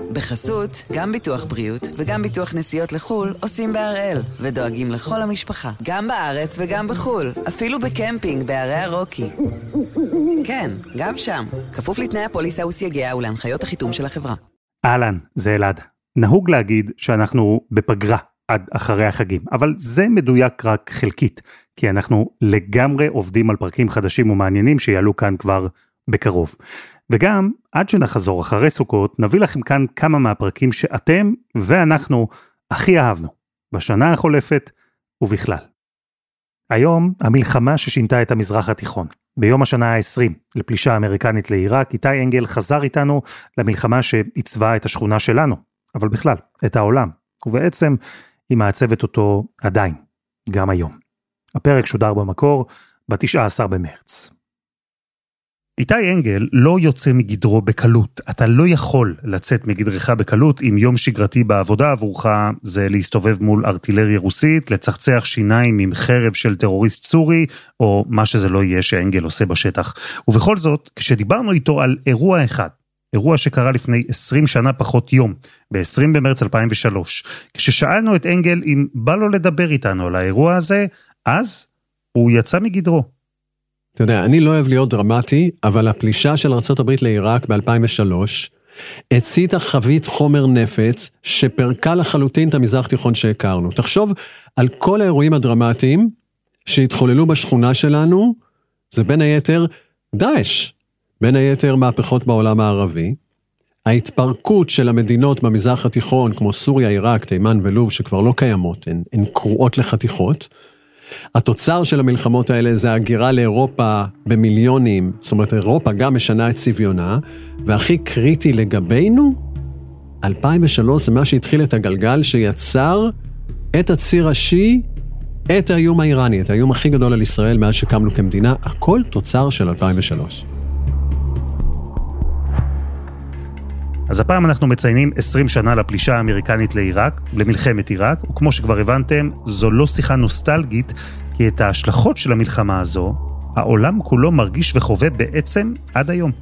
בחסות, גם ביטוח בריאות וגם ביטוח נסיעות לחול עושים בהראל, ודואגים לכל המשפחה, גם בארץ וגם בחול, אפילו בקמפינג בערי הרוקי. כן, גם שם, כפוף לתנאי הפוליסה וסייגיה ולהנחיות החיתום של החברה. אהלן, זה אלעד. נהוג להגיד שאנחנו בפגרה עד אחרי החגים, אבל זה מדויק רק חלקית, כי אנחנו לגמרי עובדים על פרקים חדשים ומעניינים שיעלו כאן כבר בקרוב. וגם, עד שנחזור אחרי סוכות, נביא לכם כאן כמה מהפרקים שאתם ואנחנו הכי אהבנו, בשנה החולפת ובכלל. היום, המלחמה ששינתה את המזרח התיכון. ביום השנה ה-20 לפלישה האמריקנית לעיראק, איתי אנגל חזר איתנו למלחמה שעיצבה את השכונה שלנו, אבל בכלל, את העולם. ובעצם היא מעצבת אותו עדיין, גם היום. הפרק שודר במקור ב-19 במרץ. איתי אנגל לא יוצא מגדרו בקלות. אתה לא יכול לצאת מגדרך בקלות אם יום שגרתי בעבודה עבורך זה להסתובב מול ארטילריה רוסית, לצחצח שיניים עם חרב של טרוריסט סורי, או מה שזה לא יהיה שאנגל עושה בשטח. ובכל זאת, כשדיברנו איתו על אירוע אחד, אירוע שקרה לפני 20 שנה פחות יום, ב-20 במרץ 2003, כששאלנו את אנגל אם בא לו לדבר איתנו על האירוע הזה, אז הוא יצא מגדרו. אתה יודע, אני לא אוהב להיות דרמטי, אבל הפלישה של ארצות הברית לעיראק ב-2003, הציתה חבית חומר נפץ, שפרקה לחלוטין את המזרח תיכון שהכרנו. תחשוב על כל האירועים הדרמטיים, שהתחוללו בשכונה שלנו, זה בין היתר דאעש, בין היתר מהפכות בעולם הערבי, ההתפרקות של המדינות במזרח התיכון, כמו סוריה, עיראק, תימן ולוב, שכבר לא קיימות, הן קרועות לחתיכות, התוצר של המלחמות האלה זה הגירה לאירופה במיליונים, זאת אומרת אירופה גם משנה את צביונה, והכי קריטי לגבינו, 2003 זה מה שהתחיל את הגלגל שיצר את הציר השיעי, את האיום האיראני, את האיום הכי גדול על ישראל מאז שקמנו כמדינה, הכל תוצר של 2003. אז הפעם אנחנו מציינים 20 שנה לפלישה האמריקנית לעיראק, למלחמת עיראק, וכמו שכבר הבנתם, זו לא שיחה נוסטלגית, כי את ההשלכות של המלחמה הזו, העולם כולו מרגיש וחווה בעצם עד היום.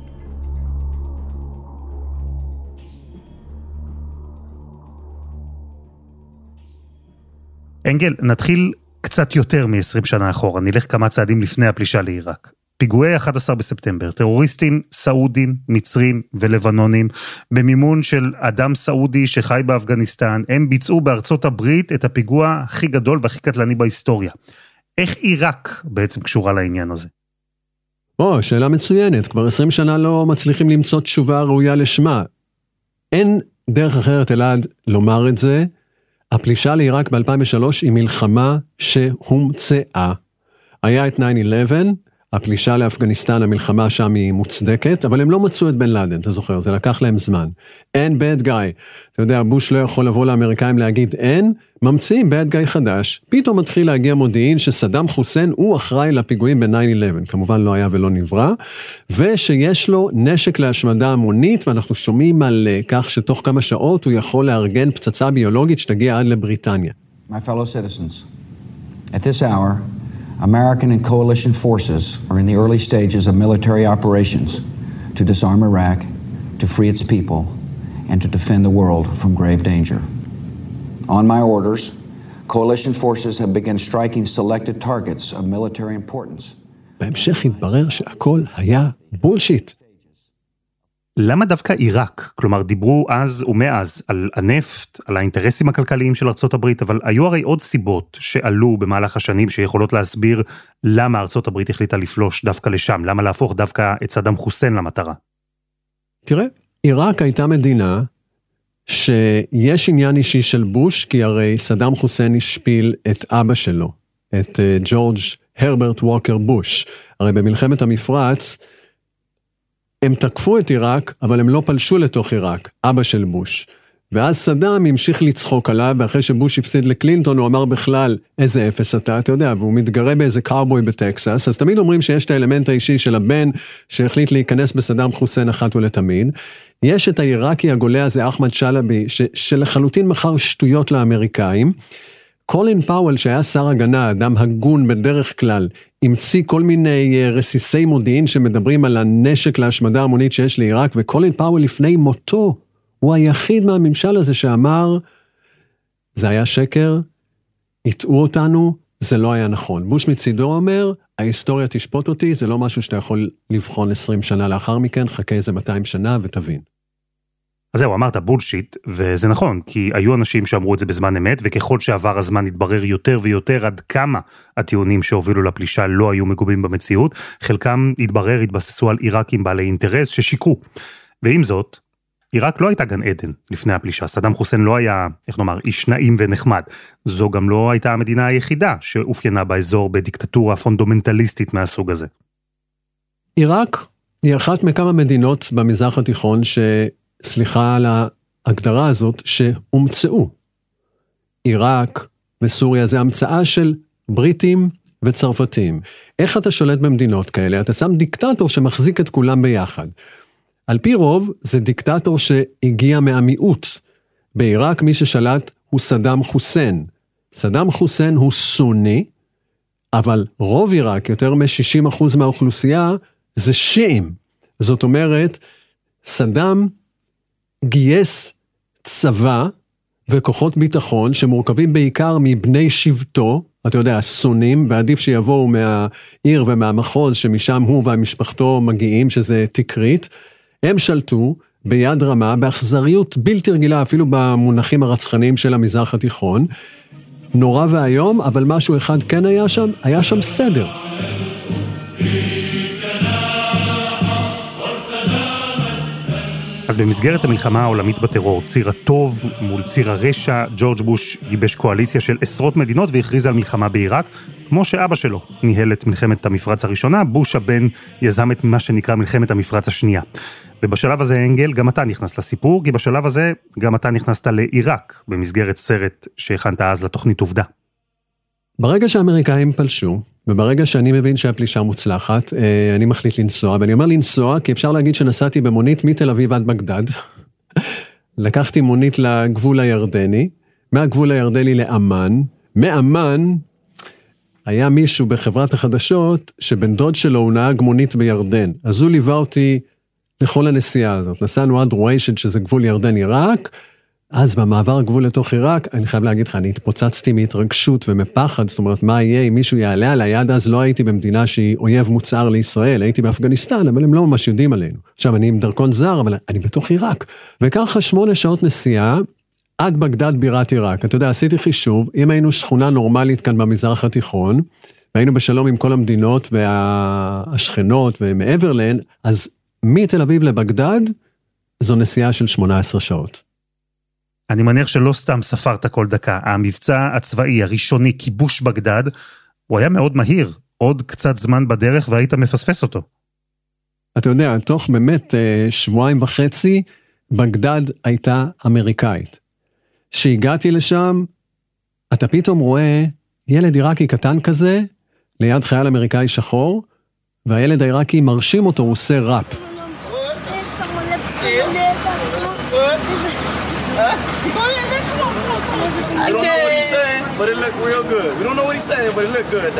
אנגל, נתחיל קצת יותר מ-20 שנה אחורה, נלך כמה צעדים לפני הפלישה לעיראק. פיגועי 11 בספטמבר, טרוריסטים סעודים, מצרים ולבנונים, במימון של אדם סעודי שחי באפגניסטן, הם ביצעו בארצות הברית את הפיגוע הכי גדול והכי קטלני בהיסטוריה. איך עיראק בעצם קשורה לעניין הזה? שאלה מצוינת, כבר 20 שנה לא מצליחים למצוא תשובה ראויה לשמה. אין דרך אחרת אלעד לומר את זה, הפלישה לעיראק ב-2003 היא מלחמה שהומצאה. היה את 9/11, הפלישה לאפגניסטן, המלחמה שם היא מוצדקת, אבל הם לא מצאו את בן לאדן, אתה זוכר, זה לקח להם זמן. אין bad guy. אתה יודע, בוש לא יכול לבוא לאמריקאים להגיד אין, ממציאים bad guy חדש, פתאום מתחיל להגיע מודיעין שסדאם חוסיין הוא אחראי לפיגועים ב-9/11, כמובן לא היה ולא נברא, ושיש לו נשק להשמדה המונית, ואנחנו שומעים על כך שתוך כמה שעות הוא יכול לארגן פצצה ביולוגית שתגיע עד לבריטניה. My fellow citizens, at this hour, American and coalition forces are in the early stages of military operations to disarm Iraq, to free its people, and to defend the world from grave danger. On my orders, coalition forces have begun striking selected targets of military importance. בהמשך התברר שהכל היה בולשיט. למה דווקא עיראק? כלומר, דיברו אז ומאז על הנפט, על האינטרסים הכלכליים של ארצות הברית, אבל היו הרי עוד סיבות שעלו במהלך השנים שיכולות להסביר למה ארצות הברית החליטה לפלוש דווקא לשם, למה להפוך דווקא את סדאם חוסיין למטרה. תראה, עיראק הייתה מדינה שיש עניין אישי של בוש, כי הרי סדאם חוסיין השפיל את אבא שלו, את ג'ורג' הרברט ווקר בוש. הרי במלחמת המפרץ, הם תקפו את עיראק, אבל הם לא פלשו לתוך עיראק, אבא של בוש. ואז סדאם המשיך לצחוק עליו, ואחרי שבוש הפסיד לקלינטון, הוא אמר בכלל, איזה אפס אתה יודע, והוא מתגרה באיזה קאובוי בטקסס, אז תמיד אומרים שיש את האלמנט האישי של הבן, שהחליט להיכנס בסדאם חוסיין אחת ולתמיד. יש את העיראקי הגולה הזה, אחמד שלבי, שלחלוטין מכר שטויות לאמריקאים. קולין פאוול, שהיה שר הגנה, אדם הגון בדרך כלל, המציא כל מיני רסיסי מודיעין שמדברים על הנשק להשמדה המונית שיש לעיראק, וקולין פאוול לפני מותו, הוא היחיד מהממשל הזה שאמר, זה היה שקר, הטעו אותנו, זה לא היה נכון. בוש מצידו אומר, ההיסטוריה תשפוט אותי, זה לא משהו שאתה יכול לבחון 20 שנה לאחר מכן, חכה איזה 200 שנה ותבין. אז זהו, אמרת בולשיט, וזה נכון, כי היו אנשים שאמרו את זה בזמן אמת, וככל שעבר הזמן התברר יותר ויותר עד כמה הטיעונים שהובילו לפלישה לא היו מגובים במציאות, חלקם התבססו על עיראקים בעלי אינטרס ששיקרו. ועם זאת, עיראק לא הייתה גן עדן לפני הפלישה, סדאם חוסיין לא היה, איך נאמר, איש נעים ונחמד. זו גם לא הייתה המדינה היחידה שאופיינה באזור בדיקטטורה פונדמנטליסטית מהסוג הזה. עיראק היא אחת מכמה מדינות במזרח התיכון סליחה על ההגדרה הזאת, שהומצאו. עיראק וסוריה זה המצאה של בריטים וצרפתים. איך אתה שולט במדינות כאלה? אתה שם דיקטטור שמחזיק את כולם ביחד. על פי רוב, זה דיקטטור שהגיע מהמיעוט. בעיראק מי ששלט הוא סדאם חוסיין. סדאם חוסיין הוא סוני, אבל רוב עיראק, יותר מ-60% מהאוכלוסייה, זה שיעים. זאת אומרת, סדאם גייס צבא וכוחות ביטחון שמורכבים בעיקר מבני שבטו, אתה יודע, הסונים, ועדיף שיבואו מהעיר ומהמחוז שמשם הוא והמשפחתו מגיעים, שזה תקרית, הם שלטו ביד רמה, באכזריות בלתי רגילה, אפילו במונחים הרצחניים של המזרח התיכון, נורא והיום, אבל משהו אחד כן היה שם סדר. אז במסגרת המלחמה העולמית בטרור, ציר הטוב מול ציר הרשע, ג'ורג' בוש גיבש קואליציה של עשרות מדינות והכריז על מלחמה בעיראק, כמו שאבא שלו ניהל את מלחמת המפרץ הראשונה, בוש הבן יזם את מה שנקרא מלחמת המפרץ השנייה. ובשלב הזה אנגל, גם אתה נכנס לסיפור, כי בשלב הזה גם אתה נכנסת לעיראק, במסגרת סרט שהכנת אז לתוכנית עובדה. ברגע שהאמריקאים פלשו, וברגע שאני מבין שהפלישה מוצלחת, אני מחליט לנסוע, ואני אומר לנסוע, כי אפשר להגיד שנסעתי במונית מתל אביב עד בגדד, לקחתי מונית לגבול הירדני, מהגבול הירדני לאמן, מאמן היה מישהו בחברת החדשות, שבן דוד שלו הוא נהג מונית בירדן, אז הוא ליווה אותי לכל הנסיעה הזאת, נסענו עד רואשד, שזה גבול ירדן-עיראק, אז במעבר הגבול לתוך עיראק, אני חייב להגיד לך, אני התפוצצתי מהתרגשות ומפחד, זאת אומרת, מה יהיה אם מישהו יעלה עליי, עד אז לא הייתי במדינה שהיא אויב מוצער לישראל, הייתי באפגניסטן, אבל הם לא ממש יודעים עלינו. עכשיו, אני עם דרכון זר, אבל אני בתוך עיראק. וככה 8 שעות נסיעה, עד בגדד בירת עיראק. אתה יודע, עשיתי חישוב, אם היינו שכונה נורמלית כאן במזרח התיכון, והיינו בשלום עם כל המדינות והשכנות ומעבר להן, אז מתל אביב לבגדד, זו נסיעה של 18 שעות. אני מניח שלא סתם ספרת כל דקה. המבצע הצבאי הראשוני, כיבוש בגדד, הוא היה מאוד מהיר. עוד קצת זמן בדרך והיית מפספס אותו. אתה יודע, תוך באמת 2.5 שבועות, בגדד הייתה אמריקאית. שהגעתי לשם, אתה פתאום רואה ילד עיראקי קטן כזה, ליד חייל אמריקאי שחור, והילד העיראקי מרשים אותו, הוא עושה ראפ. We don't know what he's saying, but it look real good. We don't know what he's saying, but it look good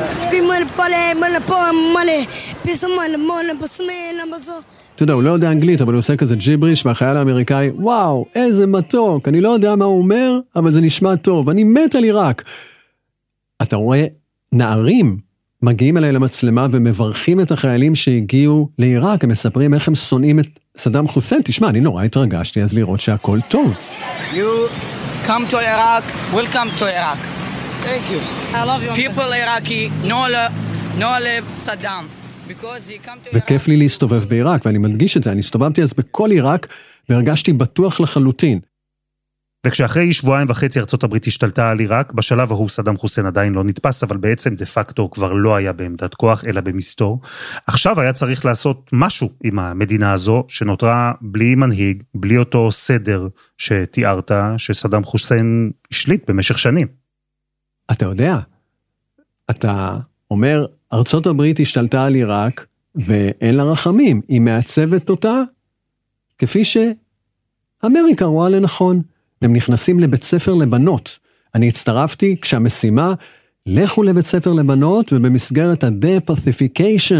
though. אתה יודע, הוא לא יודע אנגלית, אבל הוא עושה כזה ג'יבריש, והחייל האמריקאי, וואו, איזה מתוק, אני לא יודע מה הוא אומר, אבל זה נשמע טוב, אני מת על עיראק. אתה רואה, נערים מגיעים אליי למצלמה, ומברכים את החיילים שהגיעו לעיראק, הם מספרים איך הם שונאים את סדאם חוסיין. תשמע, אני נורא התרגשתי אז לראות שהכל טוב. Come to Iraq, welcome to Iraq. Thank you. I love you. People Iraqi, no live Saddam. Because he come to Iraq. וכיף לי להסתובב בעיראק, ואני מדגיש את זה, אני הסתובבתי אז בכל עיראק, והרגשתי בטוח לחלוטין. וכשאחרי 2.5 שבועות ארצות הברית השתלטה על עיראק, בשלב ההוא סדאם חוסיין עדיין לא נתפס, אבל בעצם דה פקטו כבר לא היה בעמדת כוח, אלא במסתור. עכשיו היה צריך לעשות משהו עם המדינה הזו, שנותרה בלי מנהיג, בלי אותו סדר שתיארת, שסדאם חוסיין השליט במשך שנים. אתה יודע, אתה אומר, ארצות הברית השתלטה על עיראק, ואין לה רחמים, היא מעצבת אותה, כפי שאמריקה רואה לנכון. הם נכנסים לבית ספר לבנות. אני הצטרפתי כשהמשימה, לכו לבית ספר לבנות, ובמסגרת ה-depacification,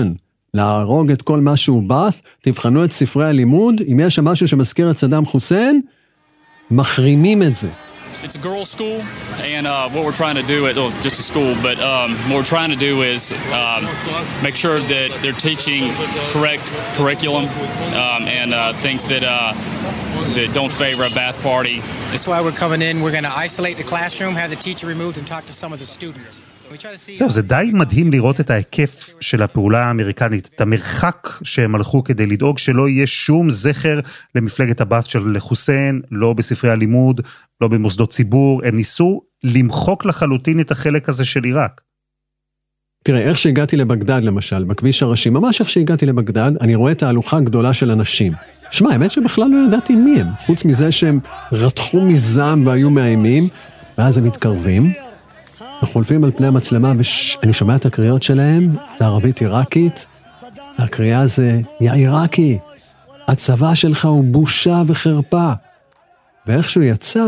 להרוג את כל מה שהוא בעט, תבחנו את ספרי הלימוד, אם יש שם משהו שמזכיר את סדאם חוסיין, מחרימים את זה. It's a girls' school, and what we're trying to do at just a school, but what we're trying to do is make sure that they're teaching correct curriculum and things that don't favor a bath party. That's why we're coming in. We're going to isolate the classroom, have the teacher removed, and talk to some of the students. זהו, זה די מדהים לראות את ההיקף של הפעולה האמריקנית, את המרחק שהם הלכו כדי לדאוג שלא יהיה שום זכר למפלגת הבאס של חוסיין, לא בספרי הלימוד, לא במוסדות ציבור, הם ניסו למחוק לחלוטין את החלק הזה של עיראק. תראה, איך שהגעתי לבגדד למשל, בכביש הראשי, ממש איך שהגעתי לבגדד, אני רואה את ההלוכה הגדולה של אנשים. שמע, האמת שבכלל לא ידעתי מי הם, חוץ מזה שהם רתחו מזעם והיו מאיימים, ואז הם מתקרבים, וחולפים על פני המצלמה, ואני שומע את הקריאות שלהם, זה ערבית עיראקית, הקריאה זה, יא עיראקי, הצבא שלך הוא בושה וחרפה. ואיכשהו יצא,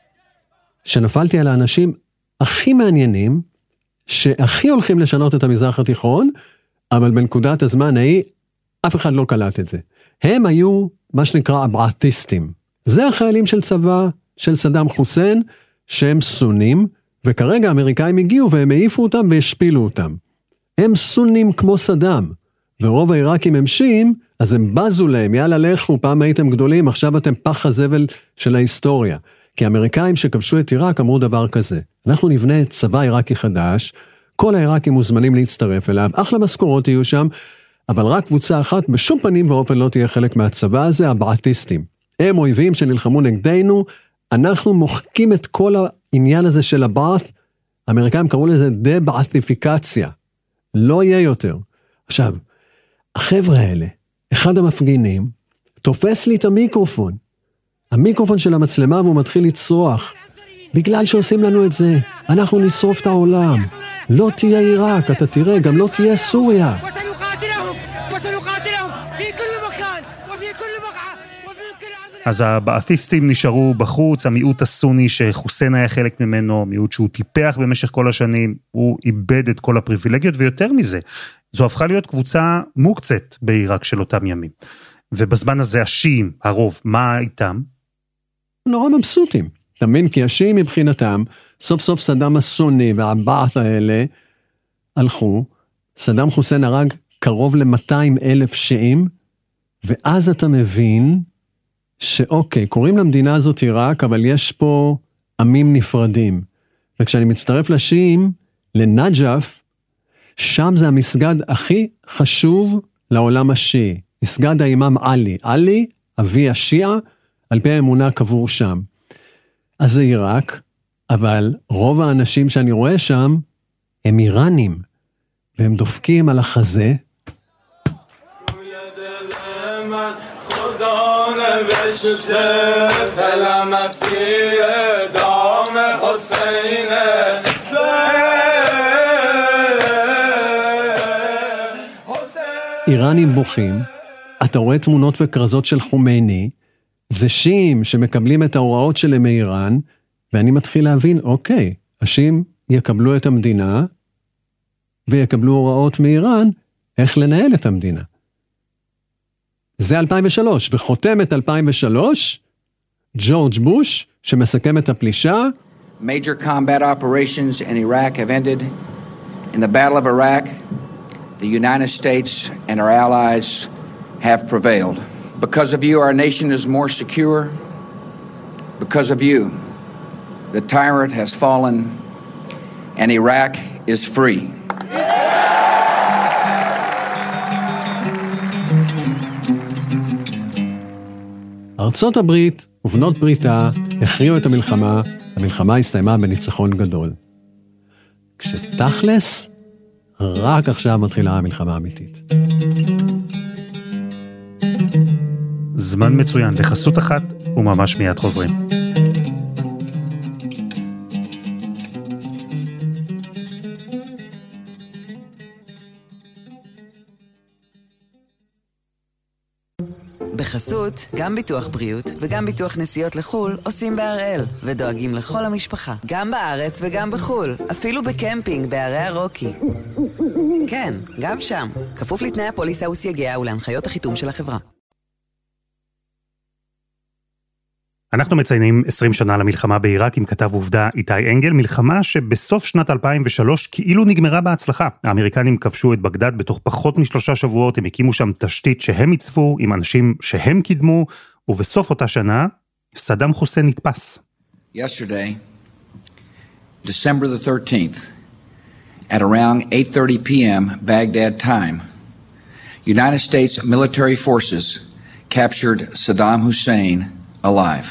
שנפלתי על האנשים הכי מעניינים, שהכי הולכים לשנות את המזרח התיכון, אבל בנקודת הזמן ההיא, אף אחד לא קלט את זה. הם היו מה שנקרא אבעתיסטים. זה החיילים של צבא, של סדאם חוסיין, שהם סונים, וכרגע האמריקאים הגיעו והם העיפו אותם והשפילו אותם. הם סונים כמו סדאם, ורוב העיראקים הם שיעים, אז הם בזו להם, יאללה לכו, פעם הייתם גדולים, עכשיו אתם פח הזבל של ההיסטוריה. כי האמריקאים שכבשו את עיראק אמרו דבר כזה, אנחנו נבנה צבא עיראקי חדש, כל העיראקים מוזמנים להצטרף אליו, אחלה משכורות יהיו שם, אבל רק קבוצה אחת בשום פנים ואופן לא תהיה חלק מהצבא הזה, הבעתיסטים. הם אויבים שנלחמו נגדנו, אנחנו מוחקים את כל העניין הזה של הבעת', האמריקאים קראו לזה דבעתיפיקציה, לא יהיה יותר. עכשיו, החבר'ה האלה, אחד המפגינים, תופס לי את המיקרופון של המצלמה והוא מתחיל לצרוח, בגלל שעושים לנו את זה, אנחנו נשרוף את העולם, לא תהיה עיראק, אתה תראה, גם לא תהיה סוריה. אז הבעתיסטים נשארו בחוץ, המיעוט הסוני שחוסיין היה חלק ממנו, מיעוט שהוא טיפח במשך כל השנים, הוא איבד את כל הפריבילגיות, ויותר מזה, זו הפכה להיות קבוצה מוקצת בעיראק של אותם ימים. ובזמן הזה השיעים, הרוב, מה איתם? נורא מבסוטים. תמיד כי השיעים מבחינתם, סוף סוף סדאם הסוני והבעת' האלה הלכו, סדאם חוסיין הרג קרוב ל-200,000 שיעים, ואז אתה מבין שאוקיי, קוראים למדינה הזאת עיראק, אבל יש פה עמים נפרדים. וכשאני מצטרף לשיעים, לנג'ף, שם זה המסגד הכי חשוב לעולם השיעי. מסגד האימאם עלי. עלי, אבי השיעה, על פי האמונה קבור שם. אז זה עיראק, אבל רוב האנשים שאני רואה שם, הם איראנים, והם דופקים על החזה, איראנים בוכים, אתה רואה תמונות וקרזות של חומייני, זה שיעים שמקבלים את ההוראות שלהם מאיראן, ואני מתחיל להבין, אוקיי, השיעים יקבלו את המדינה, ויקבלו הוראות מאיראן, איך לנהל את המדינה. זה 2003, וחותם את 2003, ג'ורג' בוש, שמסכם את הפלישה. Major combat operations in Iraq have ended. In the Battle of Iraq, the United States and our allies have prevailed. Because of you, our nation is more secure. Because of you, the tyrant has fallen and Iraq is free. ארצות הברית ובנות בריתה הכריעו את המלחמה, המלחמה הסתיימה בניצחון גדול. כשתכלס, רק עכשיו מתחילה המלחמה האמיתית. זמן מצוין לחסות אחת וממש מיד חוזרים. בחסות, גם ביטוח בריאות וגם ביטוח נסיעות לחול עושים בהראל, ודואגים לכל המשפחה, גם בארץ וגם בחול, אפילו בקמפינג בערי הרוקי. כן, גם שם, כפוף לתנאי הפוליסה וסייגיה ולהנחיות החיתום של החברה. אנחנו מציינים 20 שנה למלחמה בעיראק עם כתב עובדה איתי אנגל, מלחמה שבסוף שנת 2003 כאילו נגמרה בהצלחה. האמריקנים כבשו את בגדד בתוך פחות מ3 שבועות, הם הקימו שם תשתית שהם יצפו עם אנשים שהם קידמו, ובסוף אותה שנה סדאם חוסיין נתפס. Yesterday, December the 13th, at around 8:30 p.m. Baghdad time, United States military forces captured Saddam Hussein alive.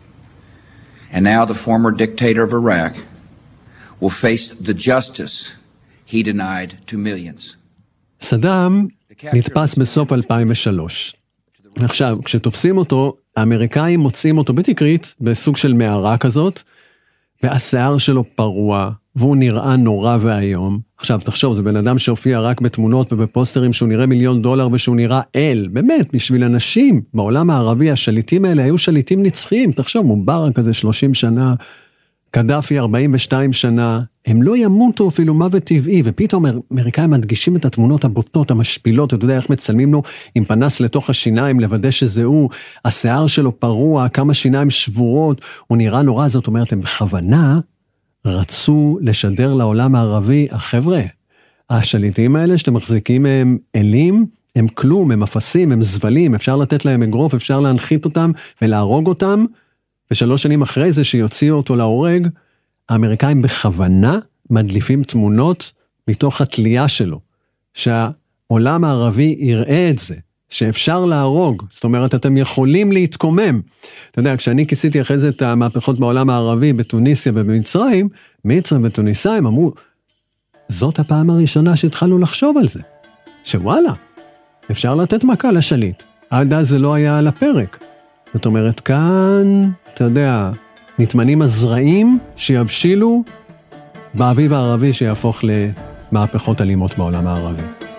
And now the former dictator of Iraq will face the justice he denied to millions. סדאם נתפס בסוף 2003. עכשיו, כשתופסים אותו, האמריקאים מוצאים אותו בתקרית, בסוג של מערה כזאת, והשיער שלו פרוע, והוא נראה נורא והיום. עכשיו, תחשוב, זה בן אדם שהופיע רק בתמונות ובפוסטרים שהוא נראה $1,000,000 ושהוא נראה אל. באמת, בשביל אנשים בעולם הערבי, השליטים האלה היו שליטים נצחיים. תחשוב, מובארק כזה 30 שנה, קדאפי 42 שנה, הם לא ימותו אפילו מוות טבעי, ופתאום אמריקאים מדגישים את התמונות הבוטות, המשפילות, אתה יודע איך מצלמים לו עם פנס לתוך השיניים, לוודא שזה הוא, השיער שלו פרוע, כמה שיניים שבורות, הוא נראה נורא, זאת אומרת, הם בכוונה רצו לשדר לעולם הערבי, החבר'ה, השליטים האלה שאתם מחזיקים הם אלים, הם כלום, הם אפסים, הם זבלים, אפשר לתת להם אגרוף, אפשר להנחית אותם ולהרוג אותם, ו3 שנים אחרי זה שיוציאו אותו להורג, האמריקאים בכוונה מדליפים תמונות מתוך התלייה שלו, שהעולם הערבי יראה את זה, שאפשר להרוג, זאת אומרת, אתם יכולים להתקומם. אתה יודע, כשאני כיסיתי אחרי זה את המהפכות בעולם הערבי, בתוניסיה ובמצרים, מצרים ותוניסאים אמרו, זאת הפעם הראשונה שהתחלנו לחשוב על זה, שוואלה, אפשר לתת מכה לשליט, עד אז זה לא היה על הפרק. זאת אומרת, כאן, אתה יודע, נתמנים הזרעים שיבשילו באביב הערבי שיהפוך למהפכות אלימות בעולם הערבי.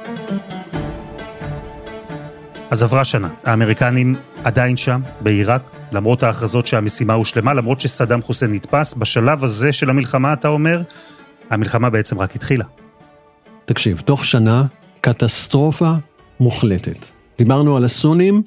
אז עברה שנה, האמריקנים עדיין שם, בעיראק, למרות ההכרזות שהמשימה הושלמה, למרות שסדאם חוסיין נתפס, בשלב הזה של המלחמה, אתה אומר, המלחמה בעצם רק התחילה. תקשיב, תוך שנה, קטסטרופה מוחלטת. דיברנו על הסונים,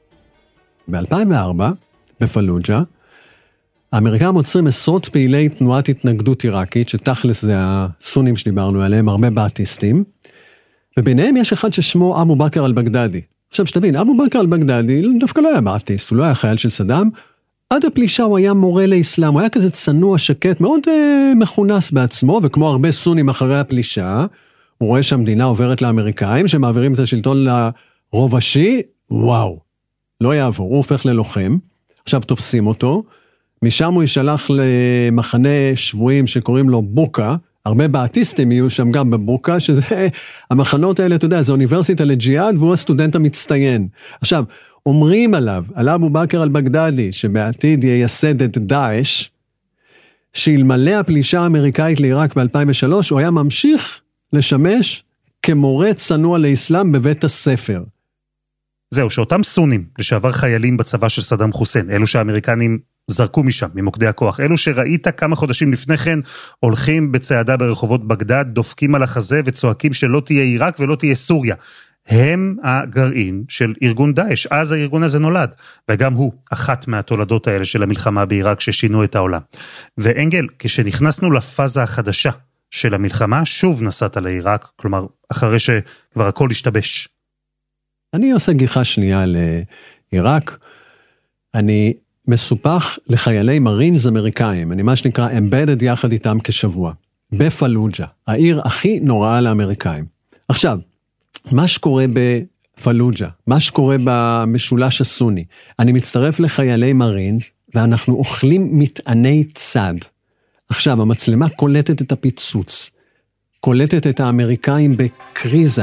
ב-2004, בפלוג'ה, האמריקאים עוצרים עשרות פעילי תנועת התנגדות עיראקית, שתכלס זה הסונים שדיברנו עליהם, הרבה באטיסטים, וביניהם יש אחד ששמו אבו בכר אל-בגדדי. עכשיו שתבין, אבו בכר אל-בגדדי דווקא לא היה באטיסט, הוא לא היה חייל של סדאם, עד הפלישה הוא היה מורה לאסלאם, הוא היה כזה צנוע, שקט, מאוד מכונס בעצמו, וכמו הרבה סונים אחרי הפלישה, הוא רואה שהמדינה עוברת לאמריקאים, שמעבירים את השלטון לרוב השיעי, וואו, לא יעבור, הוא הופך ללוחם, עכשיו תופסים אותו, משם הוא ישלח למחנה שבויים שקוראים לו בוקה, הרבה באטיסטים יהיו שם גם בבוקה, שזה, המחנות האלה, אתה יודע, זה אוניברסיטה לג'יהאד, והוא הסטודנט המצטיין. עכשיו, אומרים עליו, על אבו בכר אל-בגדדי, שבעתיד ייסד את דאעש, שאלמלא הפלישה האמריקאית לעיראק ב-2003, הוא היה ממשיך לשמש כמורה צנוע לאסלאם בבית הספר. זהו, שאותם סונים, לשעבר חיילים בצבא של סדאם חוסיין, אלו שהאמריקנים זרקו משם, ממוקדי הכוח, אלו שראית כמה חודשים לפני כן, הולכים בצעדה ברחובות בגדד, דופקים על החזה וצועקים שלא תהיה עיראק ולא תהיה סוריה. הם הגרעין של ארגון דאעש, אז הארגון הזה נולד, וגם הוא אחת מהתולדות האלה של המלחמה בעיראק ששינו את העולם. ואנגל, כשנכנסנו לפאזה החדשה של המלחמה, שוב נסעת לעיראק, כלומר, אחרי שכבר הכל השתבש. אני עושה גיחה שנייה לעיראק, אני מסופח לחיילי מרינס אמריקאים, אני מה שנקרא embedded יחד איתם כשבוע, בפלוג'ה, העיר הכי נוראה לאמריקאים. עכשיו, מה שקורה בפלוג'ה, מה שקורה במשולש הסוני, אני מצטרף לחיילי מרינס, ואנחנו אוכלים מטעני צד. עכשיו, המצלמה קולטת את הפיצוץ, קולטת את האמריקאים בקריזה.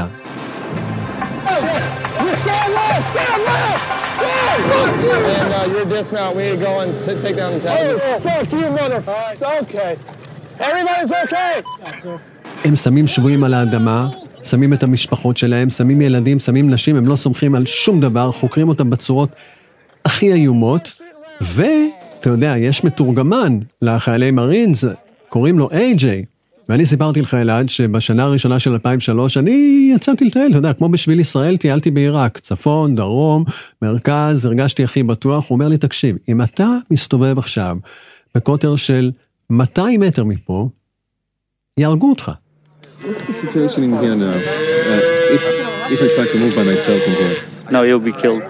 You're dismount. We need to go and take down these houses. Fuck you, mother. All right, okay. Everybody's okay. הם שמים שבויים על האדמה, שמים את המשפחות שלהם, שמים ילדים, שמים נשים, הם לא סומכים על שום דבר, חוקרים אותם בצורות הכי איומות, ואתה יודע, יש מתורגמן לחיילי מרינס, קוראים לו AJ, ואני סיפרתי לך אלעד שבשנה הראשונה של 2003 אני יצאתי לטייל, אתה יודע, כמו בשביל ישראל טיילתי בעיראק, צפון, דרום, מרכז, הרגשתי הכי בטוח, הוא אומר לי, תקשיב, אם אתה מסתובב עכשיו בקוטר של 200 מטר מפה, יהרגו אותך. What's the situation in here now? If I try to move by myself in here? No, you'll be killed.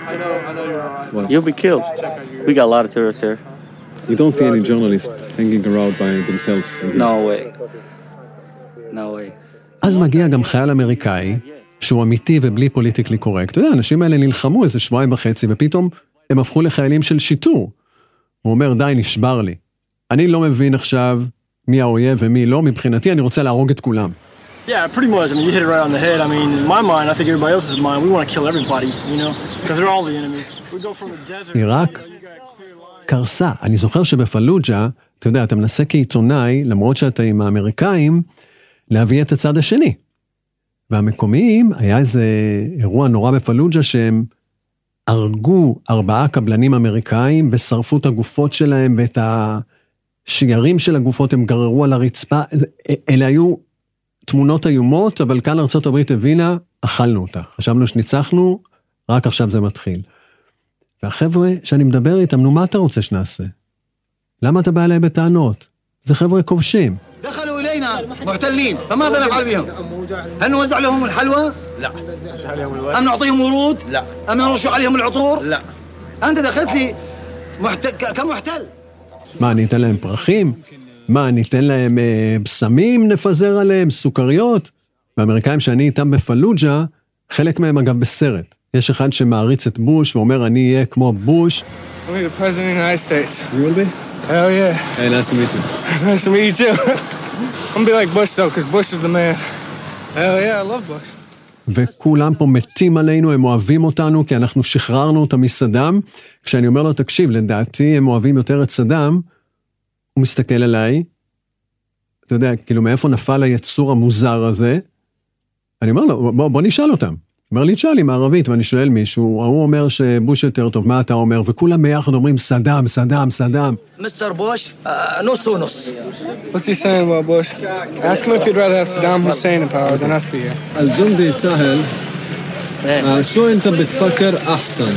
What? You'll be killed. We got a lot of tourists here. You don't see any journalists hanging around by themselves? No way. No way. אז מגיע גם חייל אמריקאי, שהוא אמיתי ובלי פוליטיקלי קורקט. אתה יודע, האנשים האלה נלחמו איזה 2.5 שבועות, ופתאום הם הפכו לחיילים של שיטור. הוא אומר, די, נשבר לי. אני לא מבין עכשיו מי האויב ומי לא, מבחינתי אני רוצה להרוג את כולם. Yeah, pretty much. I mean, you hit it right on the head. I mean, in my mind, I think everybody else's mind, we want to kill everybody, you know, because they're all the enemy. We go from the desert. עיראק קרסה. אני זוכר שבפלוג'ה, אתה יודע, אתה מנסה כעיתונאי, למרות שאתה עם האמריקאים, להביא את הצד השני. והמקומיים, היה איזה אירוע נורא בפלוג'ה, שהם הרגו 4 קבלנים אמריקאים, ושרפו את הגופות שלהם, ואת השיירים של הגופות הם גררו על הרצפה. אלה היו תמונות איומות, אבל כאן ארצות הברית הבינה, אכלנו אותה. חשבנו שניצחנו, רק עכשיו זה מתחיל. והחבר'ה שאני מדבר איתם, נו, מה אתה רוצה שנעשה? למה אתה בא אליי בטענות? זה חבר'ה כובשים. دخلوا إلينا محتلين فماذا نفعل بهم؟ هل نوزع لهم الحلوى؟ لا. أم نعطيهم ورود؟ لا. أم نرش عليهم العطور؟ لا. أنت دخلت لي كمحتل. מה, ניתן להם פרחים? מה, ניתן להם בשמים, נפזר עליהם, סוכריות? והאמריקאים שאני איתם בפלוג'ה, חלק מהם אגב בסרט. יש אחד שמעריץ את בוש ואומר, אני אהיה כמו בוש. I'll be the president of the United States. You will be? Hell yeah. Hey, nice to meet you. Nice to meet you too. I'm gonna be like Bush though, because Bush is the man. Hell yeah, I love Bush. וכולם פה מתים עלינו, הם אוהבים אותנו, כי אנחנו שחררנו אותם מסדם. כשאני אומר לו, תקשיב, לדעתי הם אוהבים יותר את סדם, הוא מסתכל עליי, אתה יודע, כאילו מאיפה נפל היצור המוזר הזה, אני אומר לו, בוא נשאל אותם. הוא אומר לי, תשאל לי מערבית, ואני שואל מישהו, הוא אומר שבוש יותר טוב, מה אתה אומר? וכולם ביחד אומרים, סדם, סדם, סדם. Mr. Bush, נוס ונוס. What's he saying about Bush? Ask him if he'd rather have Saddam Hussein in power than us be here. الجندي سهل. شو أنت بتفكر أحسن؟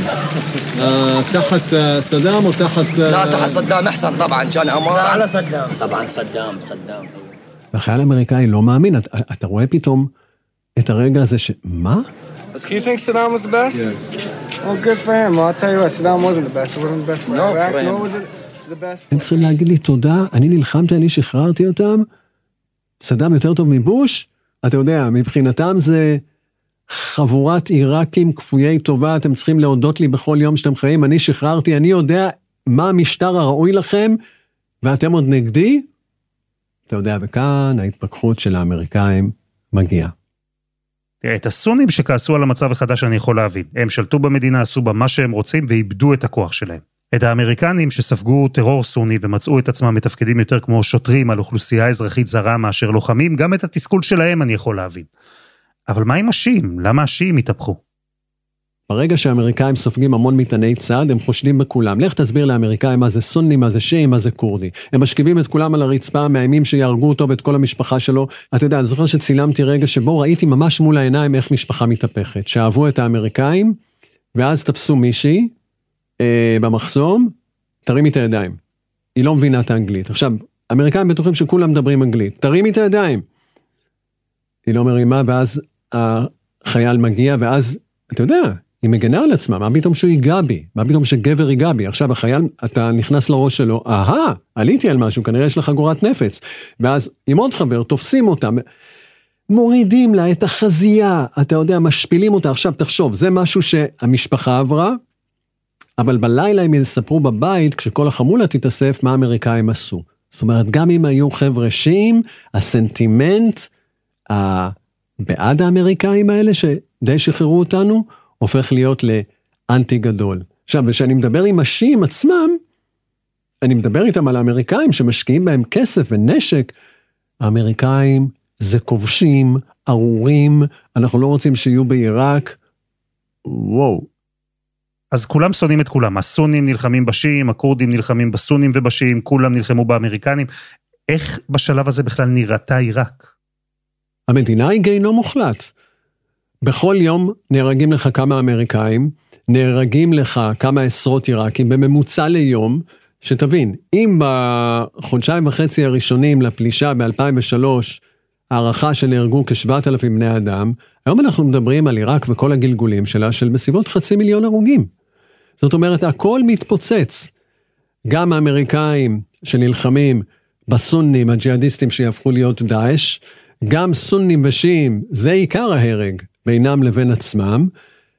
تحت صدام وتحت... لا تحت صدام أحسن طبعا كان أمان. على صدام. طبعا صدام. והחייל האמריקאי לא מאמין, אתה רואה פתאום את הרגע הזה מה? Does he think Saddam was the best? Yeah. Well, good for him. Well, I'll tell you what, Saddam wasn't the best. It wasn't the best for Iraq. Nor was it the best for... הם צריכים להגיד לי תודה, אני נלחמתי, אני שחררתי אותם, סדאם יותר טוב מבוש, אתה יודע, מבחינתם זה חבורת עיראקים כפויי טובה, אתם צריכים להודות לי בכל יום שאתם חיים, אני שחררתי, אני יודע מה המשטר הראוי לכם, ואתם עוד נגדי? אתה יודע, וכאן ההתפכחות של האמריקאים מגיעה. תראה, את הסונים שכעסו על המצב החדש אני יכול להבין. הם שלטו במדינה, עשו בה מה שהם רוצים ואיבדו את הכוח שלהם. את האמריקנים שספגו טרור סוני ומצאו את עצמם מתפקדים יותר כמו שוטרים על אוכלוסייה אזרחית זרה מאשר לוחמים, גם את התסכול שלהם אני יכול להבין. אבל מה עם השיעים? למה השיעים התהפכו? ברגע שהאמריקאים סופגים המון מטעני צד, הם חושדים בכולם. לך תסביר לאמריקאים מה זה סוני, מה זה שיעים, מה זה קורדי. הם משכיבים את כולם על הרצפה, מאיימים שיהרגו אותו ואת כל המשפחה שלו. אתה יודע, אני זוכר שצילמתי רגע שבו ראיתי ממש מול העיניים איך משפחה מתהפכת. שאהבו את האמריקאים, ואז תפסו מישהי במחסום, תרימי את הידיים. היא לא מבינה את האנגלית. עכשיו, האמריקאים בטוחים שכולם מדברים אנגלית. תרימי את הידיים. היא לא מרימה, ואז החייל מגיע, ואז, אתה יודע, היא מגנה על עצמה, מה פתאום שהוא ייגע בי? מה פתאום שגבר ייגע בי? עכשיו החייל, אתה נכנס לראש שלו, עליתי על משהו, כנראה יש לך גורת נפץ. ואז עם עוד חבר, תופסים אותה, מורידים לה את החזייה, אתה יודע, משפילים אותה. עכשיו תחשוב, זה משהו שהמשפחה עברה, אבל בלילה הם יספרו בבית, כשכל החמולה תתאסף, מה האמריקאים עשו. זאת אומרת, גם אם היו חבר'ה שיעים, הסנטימנט, בעד האמריקאים האלה, שדי שחררו אותנו, הופך להיות לאנטי גדול. עכשיו, ושאני מדבר עם השיעים עצמם, אני מדבר איתם על האמריקאים שמשקיעים בהם כסף ונשק, האמריקאים זה כובשים, ארורים, אנחנו לא רוצים שיהיו בעיראק, וואו. אז כולם שונאים את כולם, הסונים נלחמים בשיעים, הקורדים נלחמים בסונים ובשיעים, כולם נלחמו באמריקנים. איך בשלב הזה בכלל נראתה עיראק? המדינה היא גיהנום מוחלט. בכל יום נהרגים לך כמה אמריקאים, נהרגים לך כמה עשרות עיראקים, בממוצע ליום, שתבין, אם בחודשיים וחצי הראשונים לפלישה ב-2003, הערכה שנהרגו כ7,000 בני אדם, היום אנחנו מדברים על עיראק וכל הגלגולים שלה, של בסביבות 500,000 הרוגים. זאת אומרת, הכל מתפוצץ. גם האמריקאים שנלחמים בסונים, הג'יהאדיסטים שיהפכו להיות דאעש, גם סונים ושיעים, זה עיקר ההרג בינם לבין עצמם,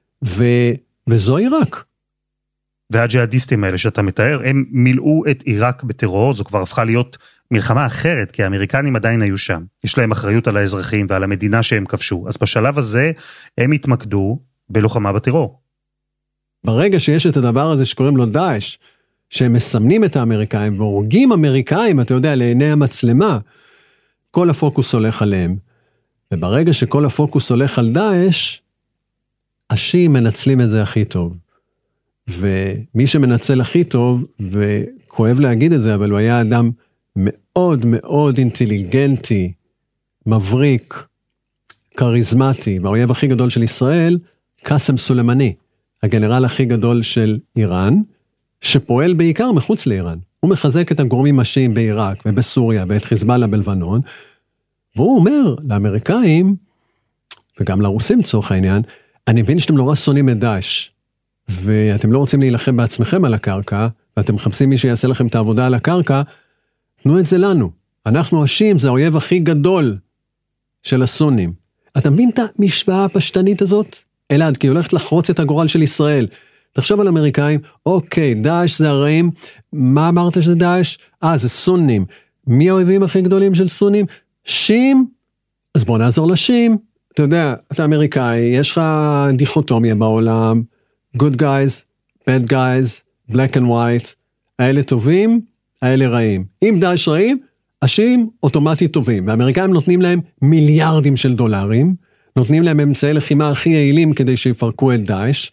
וזו עיראק. והג'יהאדיסטים האלה שאתה מתאר, הם מילאו את עיראק בטרור, זו כבר הפכה להיות מלחמה אחרת, כי האמריקנים עדיין היו שם. יש להם אחריות על האזרחים ועל המדינה שהם כבשו. אז בשלב הזה הם התמקדו בלוחמה בטרור. ברגע שיש את הדבר הזה שקוראים לו דאעש, שהם מסמנים את האמריקאים והורגים אמריקאים, אתה יודע, לעיני המצלמה, כל הפוקוס הולך עליהם. וברגע שכל הפוקוס הולך על דאעש, השיעים מנצלים את זה הכי טוב. ומי שמנצל הכי טוב, וכואב להגיד את זה, אבל הוא היה אדם מאוד מאוד אינטליגנטי, מבריק, קריזמטי, והאויב הכי גדול של ישראל, קאסם סולימאני, הגנרל הכי גדול של איראן, שפועל בעיקר מחוץ לאיראן. הוא מחזק את הגורמים השיעים בעיראק ובסוריה ואת חיזבאללה בלבנון, והוא אומר לאמריקאים, וגם לרוסים צורך העניין, אני מבין שאתם נורא שונאים את דאעש, ואתם לא רוצים להילחם בעצמכם על הקרקע, ואתם מחפשים מי שיעשה לכם את העבודה על הקרקע, תנו את זה לנו. אנחנו השיעים, זה האויב הכי גדול של הסונים. אתה מבין את המשוואה הפשטנית הזאת? אלעד, כי היא הולכת לחרוץ את הגורל של ישראל. תחשוב על אמריקאים, אוקיי, דאעש זה הרעים, מה אמרת שזה דאעש? זה סונים. מי האויבים הכי גדולים של סונים? שיעים? אז בוא נעזור לשיעים. אתה יודע, אתה אמריקאי, יש לך דיכוטומיה בעולם, good guys, bad guys, black and white, האלה טובים, האלה רעים. אם דאעש רעים, השיעים אוטומטית טובים, והאמריקאים נותנים להם מיליארדים של דולרים, נותנים להם אמצעי לחימה הכי יעילים כדי שיפרקו את דאעש.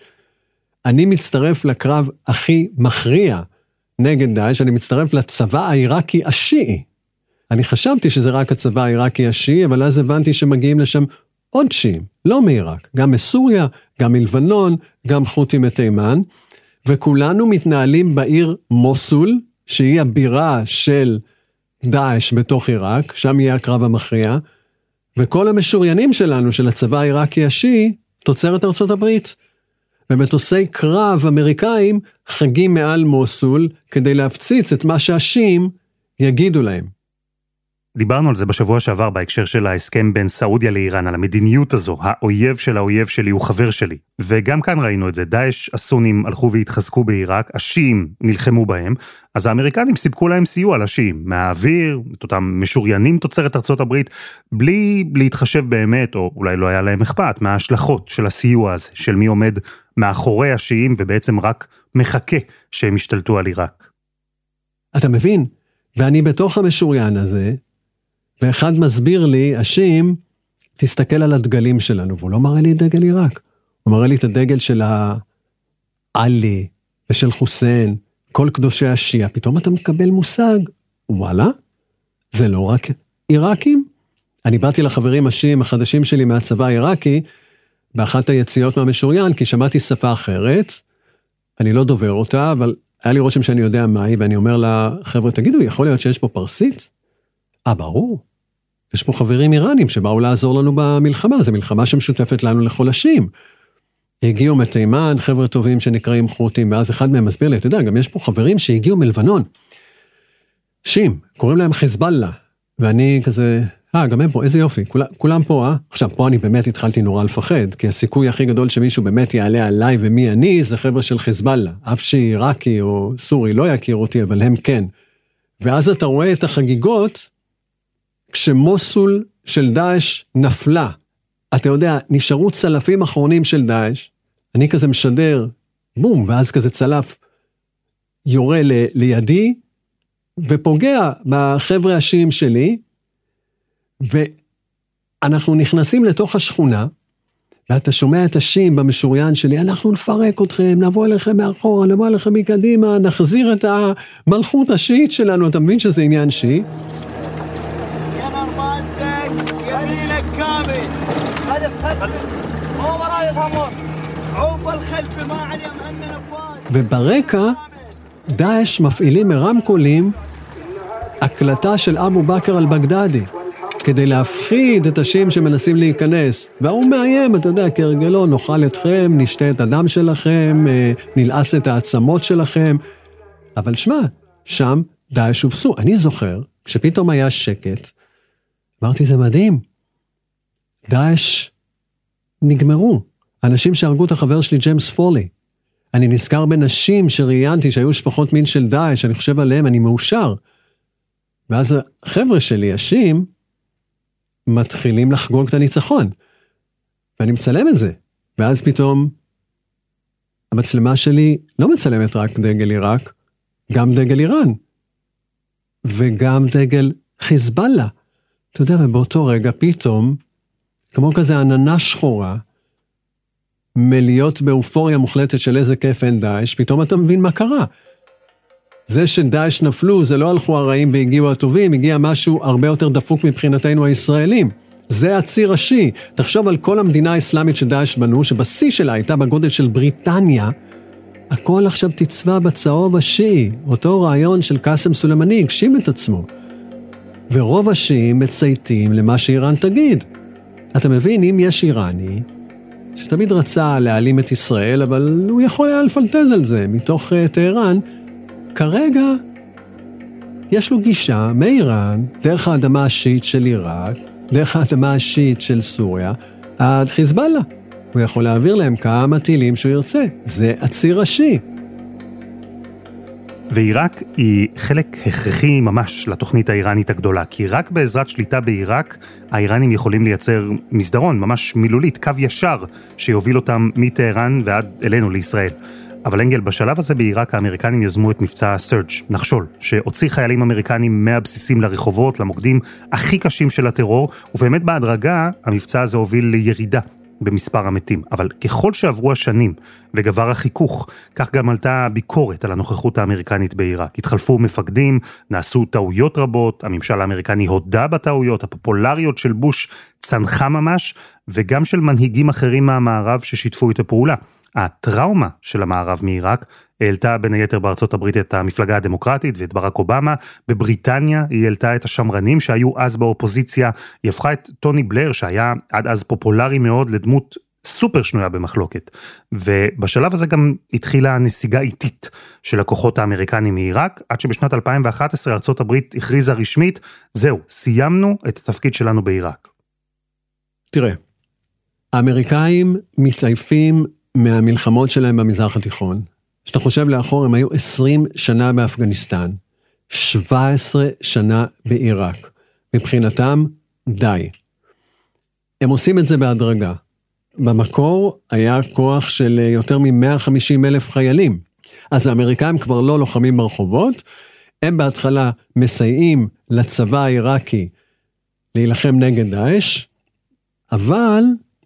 אני מצטרף לקרב הכי מכריע נגד דאעש, אני מצטרף לצבא העיראקי השיעי. אני חשבתי שזה רק הצבא העיראקי השיעי, אבל אז הבנתי שמגיעים לשם עוד שיעים, לא מעיראק, גם מסוריה, גם מלבנון, גם חות'ים מתימן, וכולנו מתנהלים בעיר מוסול, שהיא הבירה של דאעש בתוך עיראק, שם יהיה הקרב המכריע, וכל המשוריינים שלנו, של הצבא העיראקי השיעי, תוצרת ארצות הברית. ומטוסי קרב אמריקאים חגים מעל מוסול, כדי להפציץ את מה שהשיעים יגידו להם. דיברנו על זה בשבוע שעבר בהקשר של ההסכם בין סעודיה לאיראן, על המדיניות הזו, האויב של האויב שלי הוא חבר שלי. וגם כאן ראינו את זה, דאעש הסונים הלכו והתחזקו בעיראק, השיעים נלחמו בהם, אז האמריקנים סיפקו להם סיוע לשיעים, מהאוויר, את אותם משוריינים תוצרת ארצות הברית, בלי להתחשב באמת, או אולי לא היה להם אכפת, מההשלכות של הסיוע הזה, של מי עומד מאחורי השיעים, ובעצם רק מחכה שהם ישתלטו על עיראק. אתה מבין? ואני בתוך המשוריין הזה, ואחד מסביר לי, השיעים, תסתכל על הדגלים שלנו, והוא לא מראה לי את דגל עיראק, הוא מראה לי את הדגל של עלי, ושל חוסיין, כל קדושי השיעה, פתאום אתה מקבל מושג, וואלה, זה לא רק עיראקים? אני באתי לחברים השיעים החדשים שלי מהצבא העיראקי, באחת היציאות מהמשוריין, כי שמעתי שפה אחרת, אני לא דובר אותה, אבל היה לי רושם שאני יודע מהי, ואני אומר לחבר'ה, תגידו, יכול להיות שיש פה פרסית? ברור. יש פה חברים איראנים שבאו לעזור לנו במלחמה, זו מלחמה שמשותפת לנו לכל השיעים. הגיעו מתימן, חבר'ה טובים שנקראים חות'ים, ואז אחד מהם מסביר לי, אתה יודע, גם יש פה חברים שהגיעו מלבנון. שיעים, קוראים להם חיזבאללה, ואני כזה, גם הם פה, איזה יופי, כולם פה, עכשיו, פה אני באמת התחלתי נורא לפחד, כי הסיכוי הכי גדול שמישהו באמת יעלה עליי ומי אני, זה חבר'ה של חיזבאללה, אף שעיראקי או סורי לא יכיר אותי, אבל הם כן. ואז אתה רואה את החגיגות, כשמוסול של דאעש נפלה, אתה יודע, נשארו צלפים אחרונים של דאעש, אני כזה משדר, בום, ואז כזה צלף יורה לידי, ופוגע בחבר'ה השיעים שלי, אנחנו נכנסים לתוך השכונה, ואתה שומע את השים במשוריין שלי, אנחנו נפרק אתכם, נבוא אליכם מאחורה, נבוא אליכם מקדימה, נחזיר את המלכות השיעית שלנו, אתה מבין שזה עניין שיעי? וברקע, דאעש מפעילים מרמקולים הקלטה של אבו בכר אל-בגדדי, כדי להפחיד את השיעים שמנסים להיכנס. והוא מאיים, אתה יודע, כהרגלו, נאכל אתכם, נשתה את הדם שלכם, נלעס את העצמות שלכם. אבל שמע, שם דאעש הופסו. אני זוכר, כשפתאום היה שקט, אמרתי, זה מדהים. דאעש נגמרו. אנשים שהרגו את החבר שלי, ג'יימס פולי. אני נזכר בנשים שראיינתי, שהיו שפחות מין של דאעש, אני חושב עליהם, אני מאושר. ואז החבר'ה שלי, השיעים, מתחילים לחגוג את הניצחון. ואני מצלם את זה. ואז פתאום, המצלמה שלי לא מצלמת רק דגל עיראק, גם דגל איראן. וגם דגל חיזבאללה. אתה יודע, ובאותו רגע פתאום, כמו כזה עננה שחורה, מלהיות באופוריה מוחלטת של איזה כיף אין דאעש, פתאום אתה מבין מה קרה. זה שדאעש נפלו, זה לא הלכו הרעים והגיעו הטובים, הגיע משהו הרבה יותר דפוק מבחינתנו הישראלים. זה הציר השיעי. תחשוב על כל המדינה האסלאמית שדאעש בנו, שבשיא שלה הייתה בגודל של בריטניה, הכל עכשיו תצבע בצהוב השיעי. אותו רעיון של קאסם סולימאני הגשים את עצמו. ורוב השיעים מצייתים למה שאיראן תגיד. אתה מבין, אם יש איראני, שתמיד רצה להעלים את ישראל, אבל הוא יכול היה לפלטז על זה מתוך טהרן, כרגע יש לו גישה מאיראן, דרך האדמה השיעית של עיראק, דרך האדמה השיעית של סוריה, עד חיזבאללה. הוא יכול להעביר להם כמה טילים שהוא ירצה. זה הציר השיעי. ועיראק היא חלק הכרחי ממש לתוכנית האיראנית הגדולה, כי רק בעזרת שליטה בעיראק, האיראנים יכולים לייצר מסדרון, ממש מילולית, קו ישר, שיוביל אותם מטהרן ועד אלינו לישראל. אבל אנגל, בשלב הזה בעיראק האמריקנים יזמו את מבצע סרג' נחשול, שהוציא חיילים אמריקנים מהבסיסים לרחובות, למוקדים הכי קשים של הטרור, ובאמת בהדרגה המבצע הזה הוביל לירידה במספר המתים. אבל ככל שעברו השנים וגבר החיכוך, כך גם עלתה ביקורת על הנוכחות האמריקנית בעיראק. התחלפו מפקדים, נעשו טעויות רבות, הממשל האמריקני הודה בטעויות, הפופולריות של בוש צנחה ממש, וגם של מנהיגים אחרים מהמערב ששיתפו את הפעולה. הטראומה של המערב מעיראק העלתה בין היתר בארצות הברית את המפלגה הדמוקרטית ואת ברק אובמה, בבריטניה היא העלתה את השמרנים שהיו אז באופוזיציה, היא הפכה את טוני בלר שהיה עד אז פופולרי מאוד לדמות סופר שנויה במחלוקת, ובשלב הזה גם התחילה נסיגה איטית של הכוחות האמריקנים מעיראק, עד שבשנת 2011 ארצות הברית הכריזה רשמית, זהו, סיימנו את התפקיד שלנו בעיראק. תראה, האמריקאים מתעייפים מהמלחמות שלהם במזרח התיכון. שאתה חושב לאחור, הם היו 20 שנה באפגניסטן, 17 שנה בעיראק. מבחינתם, די. הם עושים את זה בהדרגה. במקור היה כוח של יותר מ-150,000 חיילים. אז האמריקאים כבר לא לוחמים ברחובות, הם בהתחלה מסייעים לצבא העיראקי להילחם נגד דאעש, אבל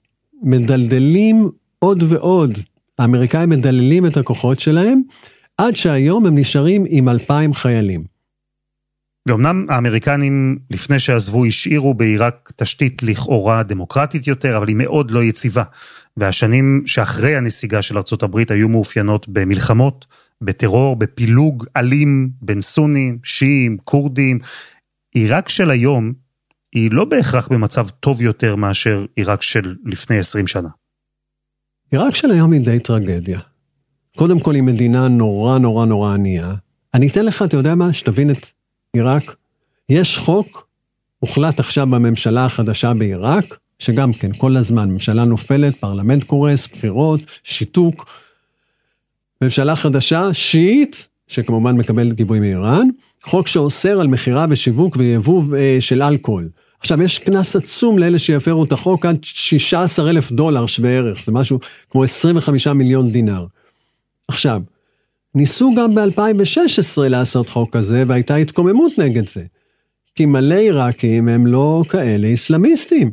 מדלדלים עוד ועוד, האמריקאים מדללים את הכוחות שלהם, עד שהיום הם נשארים עם 2,000 חיילים. ואומנם האמריקנים לפני שעזבו השאירו בעיראק תשתית לכאורה דמוקרטית יותר, אבל היא מאוד לא יציבה. והשנים שאחרי הנסיגה של ארצות הברית היו מאופיינות במלחמות, בטרור, בפילוג אלים בין סונים, שיעים, קורדים. עיראק של היום היא לא בהכרח במצב טוב יותר מאשר עיראק של לפני 20 שנה. עיראק של היום היא די טרגדיה. קודם כל היא מדינה נורא נורא נורא ענייה. אני אתן לך, אתה יודע מה, שתבין את עיראק. יש חוק, הוחלט עכשיו בממשלה החדשה בעיראק, שגם כן כל הזמן ממשלה נופלת, פרלמנט קורס, בחירות, שיתוק. ממשלה חדשה, שיעית, שכמובן מקבלת גיבוי מאיראן, חוק שאוסר על מחירה ושיווק ויבוא של אלכוהול. עכשיו, יש כנס עצום לאלה שיפרו את החוק, עד $16,000 שווה ערך, זה משהו כמו 25 מיליון דינר. עכשיו, ניסו גם ב-2016 לעשות חוק כזה, והייתה התקוממות נגד זה. כי מלא עיראקים הם לא כאלה איסלאמיסטים.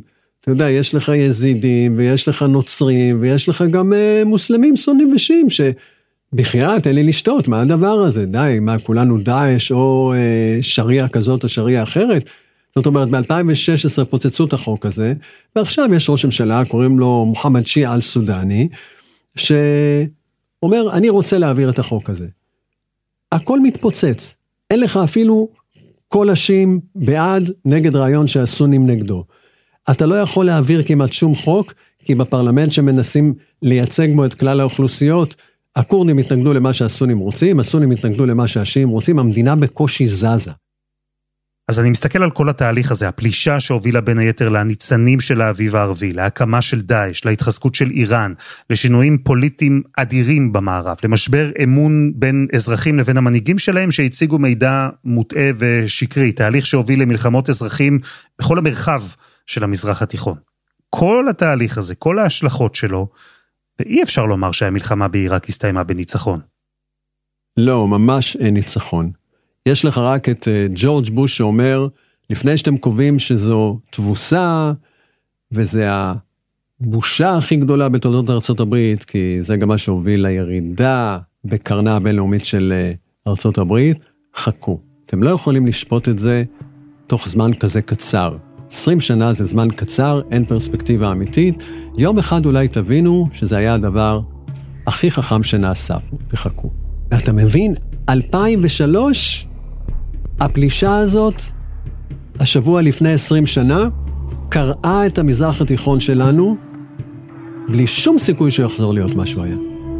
אתה יודע, יש לך יזידים, ויש לך נוצרים, ויש לך גם מוסלמים סונים ושים, שבחייה, תן לי לשתות, מה הדבר הזה? די, מה, כולנו דאעש, או שריעה כזאת, או שריעה אחרת? זאת אומרת, ב-2016 פוצצו את החוק הזה, ועכשיו יש ראש ממשלה, קוראים לו מוחמד שיעה אל-סודני, שאומר, אני רוצה להעביר את החוק הזה. הכל מתפוצץ. אין לך אפילו כל השים בעד נגד רעיון שהסונים נגדו. אתה לא יכול להעביר כמעט שום חוק, כי בפרלמנט שמנסים לייצג בו את כלל האוכלוסיות, הקורדים התנגדו למה שהסונים רוצים, הסונים התנגדו למה שהשיעים רוצים, המדינה בקושי זזה. אז אני מסתכל על כל התהליך הזה, הפלישה שהובילה בין היתר לניצנים של האביב הערבי, להקמה של דאעש, להתחזקות של איראן, לשינויים פוליטיים אדירים במערב, למשבר אמון בין אזרחים לבין המנהיגים שלהם שהציגו מידע מוטעה ושקרי, תהליך שהוביל למלחמות אזרחים בכל המרחב של המזרח התיכון. כל התהליך הזה, כל ההשלכות שלו, ואי אפשר לומר שהמלחמה בעיראק הסתיימה בניצחון. לא, ממש אין ניצחון. יש לך רק את ג'ורג' בוש שאומר, לפני שאתם קובעים שזו תבוסה, וזה הבושה הכי גדולה בתולדות ארצות הברית, כי זה גם מה שהוביל לירידה בקרנה הבינלאומית של ארצות הברית, חכו. אתם לא יכולים לשפוט את זה תוך זמן כזה קצר. 20 שנה זה זמן קצר, אין פרספקטיבה אמיתית. יום אחד אולי תבינו שזה היה הדבר הכי חכם שנעשה. תחכו. ואתה מבין, 2003, הפלישה הזאת, השבוע לפני 20 שנה, קראה את המזרח התיכון שלנו, בלי שום סיכוי שיחזור להיות מה שהוא היה.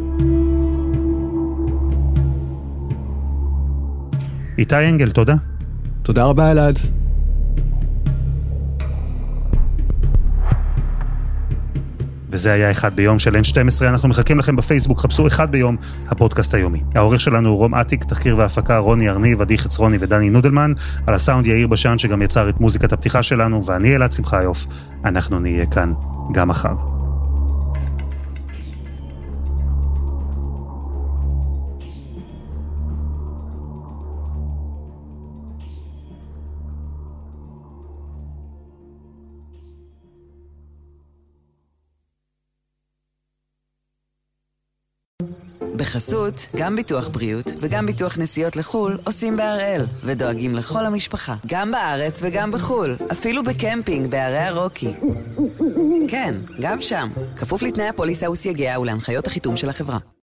איתי אנגל, תודה. תודה רבה, אלעד. וזה היה אחד ביום של N12, אנחנו מחכים לכם בפייסבוק, חפשו אחד ביום, הפודקאסט היומי. העורך שלנו הוא רום עתיק, תחקיר והפקה רוני ארניב, עדי חצרוני ודני נודלמן, על הסאונד יאיר בשן שגם יצר את מוזיקת הפתיחה שלנו, ואני אלעד שמחיוף, אנחנו נהיה כאן גם מחר. בחסות, גם ביטוח בריאות וגם ביטוח נסיעות לחול עושים בהראל ודואגים לכל המשפחה, גם בארץ וגם בחול, אפילו בקמפינג בערי הרוקי. כן, גם שם, כפוף לתנאי הפוליסה וסייגיה ולהנחיות החיתום של החברה.